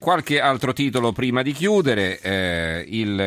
Qualche altro titolo prima di chiudere,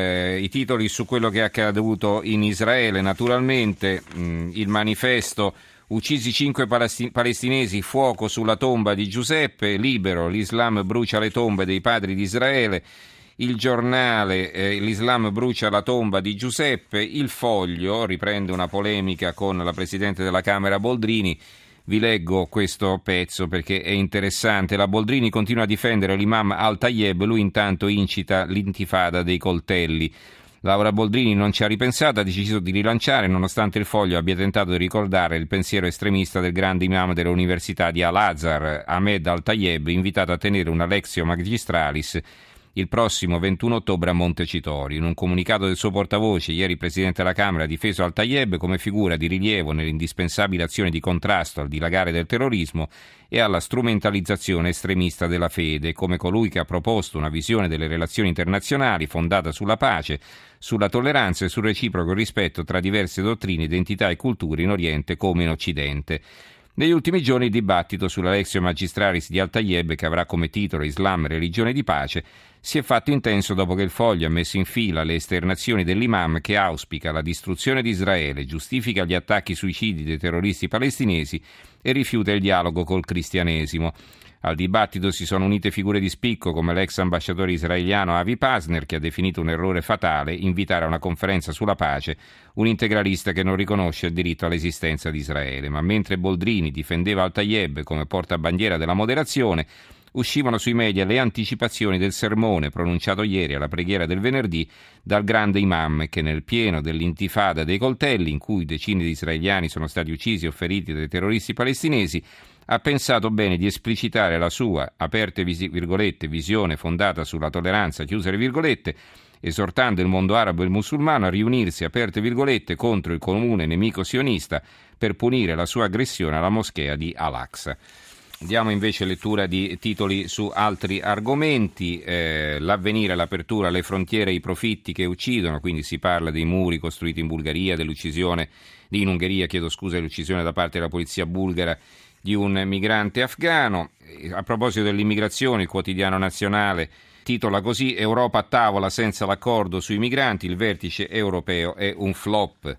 i titoli su quello che è accaduto in Israele, naturalmente, il manifesto, uccisi 5 palestinesi, fuoco sulla tomba di Giuseppe, Libero, l'Islam brucia le tombe dei padri di Israele, il Giornale, l'Islam brucia la tomba di Giuseppe, il Foglio riprende una polemica con la Presidente della Camera Boldrini. Vi leggo questo pezzo perché è interessante. La Boldrini continua a difendere l'imam Al-Tayeb, lui intanto incita l'intifada dei coltelli. Laura Boldrini non ci ha ripensato, ha deciso di rilanciare, nonostante il Foglio abbia tentato di ricordare il pensiero estremista del grande imam dell'Università di Al-Azhar, Ahmed Al-Tayeb, invitato a tenere una Lectio Magistralis il prossimo 21 ottobre a Montecitorio. In un comunicato del suo portavoce, ieri il Presidente della Camera ha difeso Al-Tayeb come figura di rilievo nell'indispensabile azione di contrasto al dilagare del terrorismo e alla strumentalizzazione estremista della fede, come colui che ha proposto una visione delle relazioni internazionali fondata sulla pace, sulla tolleranza e sul reciproco rispetto tra diverse dottrine, identità e culture in Oriente come in Occidente. Negli ultimi giorni il dibattito sulla Lectio Magistralis di Al-Tayeb, che avrà come titolo Islam, religione di pace, si è fatto intenso dopo che il Foglio ha messo in fila le esternazioni dell'imam che auspica la distruzione di Israele, giustifica gli attacchi suicidi dei terroristi palestinesi e rifiuta il dialogo col cristianesimo. Al dibattito si sono unite figure di spicco come l'ex ambasciatore israeliano Avi Pazner, che ha definito un errore fatale invitare a una conferenza sulla pace un integralista che non riconosce il diritto all'esistenza di Israele. Ma mentre Boldrini difendeva Al-Tayeb come portabandiera della moderazione, uscivano sui media le anticipazioni del sermone pronunciato ieri alla preghiera del venerdì dal grande imam che nel pieno dell'intifada dei coltelli, in cui decine di israeliani sono stati uccisi o feriti dai terroristi palestinesi, ha pensato bene di esplicitare la sua, aperte virgolette, visione fondata sulla tolleranza, chiuse le virgolette, esortando il mondo arabo e il musulmano a riunirsi, aperte virgolette, contro il comune nemico sionista per punire la sua aggressione alla moschea di Al-Aqsa. Diamo invece lettura di titoli su altri argomenti, l'avvenire, l'apertura, le frontiere, i profitti che uccidono, quindi si parla dei muri costruiti in Bulgaria, dell'uccisione, in Ungheria, dell'uccisione da parte della polizia bulgara di un migrante afghano. A proposito dell'immigrazione, il quotidiano nazionale titola così: Europa a tavola senza l'accordo sui migranti, il vertice europeo è un flop.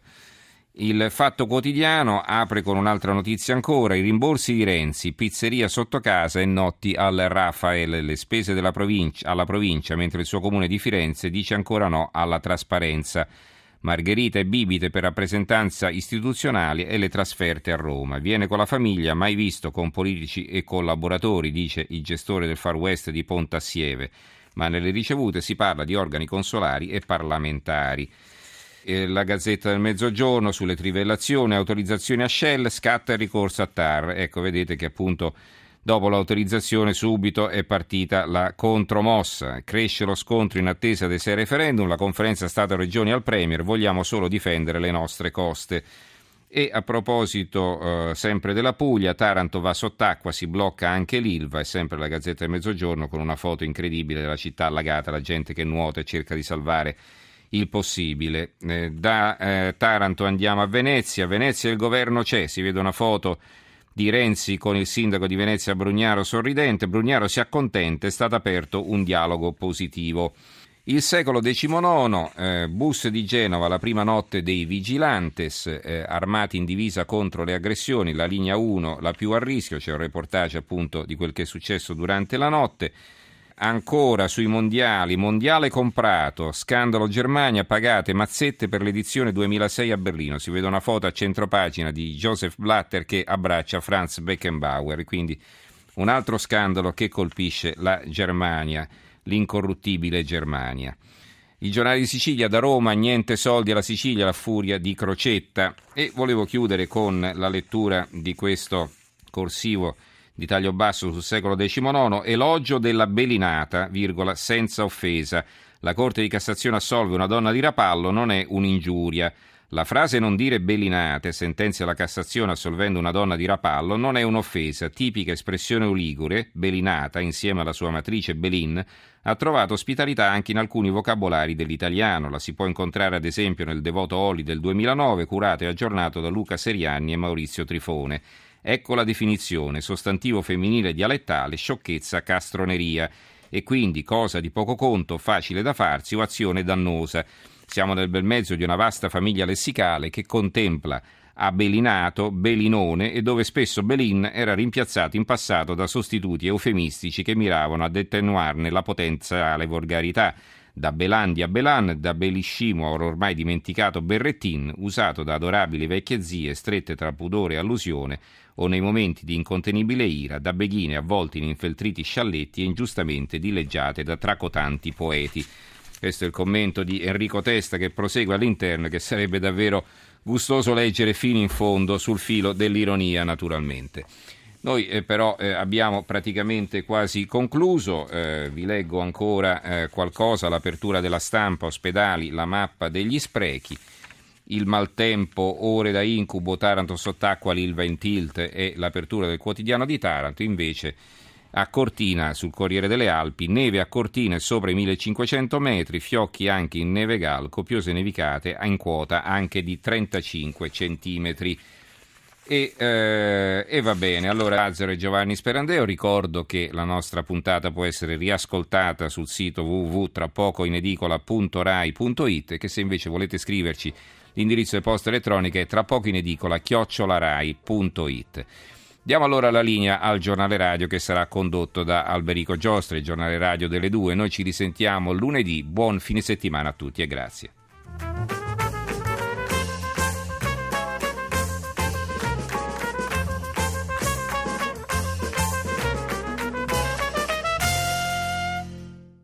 Il Fatto Quotidiano apre con un'altra notizia ancora: i rimborsi di Renzi, pizzeria sotto casa e notti al Rafael, le spese alla provincia, mentre il suo comune di Firenze dice ancora no alla trasparenza. Margherita e bibite per rappresentanza istituzionali e le trasferte a Roma. Viene con la famiglia, mai visto con politici e collaboratori, dice il gestore del Far West di Pontassieve, ma nelle ricevute si parla di organi consolari e parlamentari. La Gazzetta del Mezzogiorno sulle trivellazioni, autorizzazioni a Shell, scatta il ricorso a TAR. Ecco, vedete che appunto dopo l'autorizzazione subito è partita la contromossa. Cresce lo scontro in attesa del 6 referendum, la conferenza Stato-Regioni al Premier, vogliamo solo difendere le nostre coste. E a proposito sempre della Puglia, Taranto va sott'acqua, si blocca anche l'Ilva, è sempre la Gazzetta del Mezzogiorno con una foto incredibile della città allagata, la gente che nuota e cerca di salvare il possibile. Da Taranto andiamo a Venezia. Venezia il governo c'è, si vede una foto di Renzi con il sindaco di Venezia Brugnaro sorridente. Brugnaro si accontenta, è stato aperto un dialogo positivo. Il secolo XIX, bus di Genova, la prima notte dei vigilantes, armati in divisa contro le aggressioni, la linea 1 la più a rischio, c'è un reportage appunto di quel che è successo durante la notte. Ancora sui mondiali, mondiale comprato, scandalo Germania, pagate mazzette per l'edizione 2006 a Berlino. Si vede una foto a centropagina di Joseph Blatter che abbraccia Franz Beckenbauer, quindi un altro scandalo che colpisce la Germania, l'incorruttibile Germania. I giornali di Sicilia, da Roma, niente soldi alla Sicilia, la furia di Crocetta. E volevo chiudere con la lettura di questo corsivo di taglio basso sul secolo XIX, elogio della belinata, senza offesa. La Corte di Cassazione assolve una donna di Rapallo, non è un'ingiuria. La frase non dire belinate, sentenzia la Cassazione assolvendo una donna di Rapallo, non è un'offesa. Tipica espressione uligure, belinata, insieme alla sua matrice belin, ha trovato ospitalità anche in alcuni vocabolari dell'italiano. La si può incontrare ad esempio nel Devoto Oli del 2009, curato e aggiornato da Luca Serianni e Maurizio Trifone. Ecco la definizione: sostantivo femminile dialettale, sciocchezza, castroneria. e quindi cosa di poco conto, facile da farsi o azione dannosa. Siamo nel bel mezzo di una vasta famiglia lessicale che contempla abelinato, belinone e dove spesso belin era rimpiazzato in passato da sostituti eufemistici che miravano ad attenuarne la potenziale volgarità. Da belandi a belan, da beliscimo ormai dimenticato berrettin, usato da adorabili vecchie zie strette tra pudore e allusione, o nei momenti di incontenibile ira, da beghine avvolte in infeltriti scialletti e ingiustamente dileggiate da tracotanti poeti. Questo è il commento di Enrico Testa che prosegue all'interno, che sarebbe davvero gustoso leggere fino in fondo, sul filo dell'ironia naturalmente. Noi però abbiamo praticamente quasi concluso, vi leggo ancora qualcosa, l'apertura della Stampa, ospedali, la mappa degli sprechi, il maltempo, ore da incubo, Taranto sott'acqua, l'Ilva in tilt e l'apertura del quotidiano di Taranto. Invece a Cortina, sul Corriere delle Alpi, neve a Cortina e sopra i 1500 metri, fiocchi anche in Neve Gal, copiose nevicate in quota anche di 35 centimetri. E va bene, allora Lazzaro e Giovanni Sperandeo, ricordo che la nostra puntata può essere riascoltata sul sito www.trapocoinedicola.rai.it e che se invece volete scriverci l'indirizzo di posta elettronica è trapocoinedicola@rai.it. Diamo allora la linea al giornale radio che sarà condotto da Alberico Giostra, il giornale radio delle 2. Noi ci risentiamo lunedì, buon fine settimana a tutti e grazie.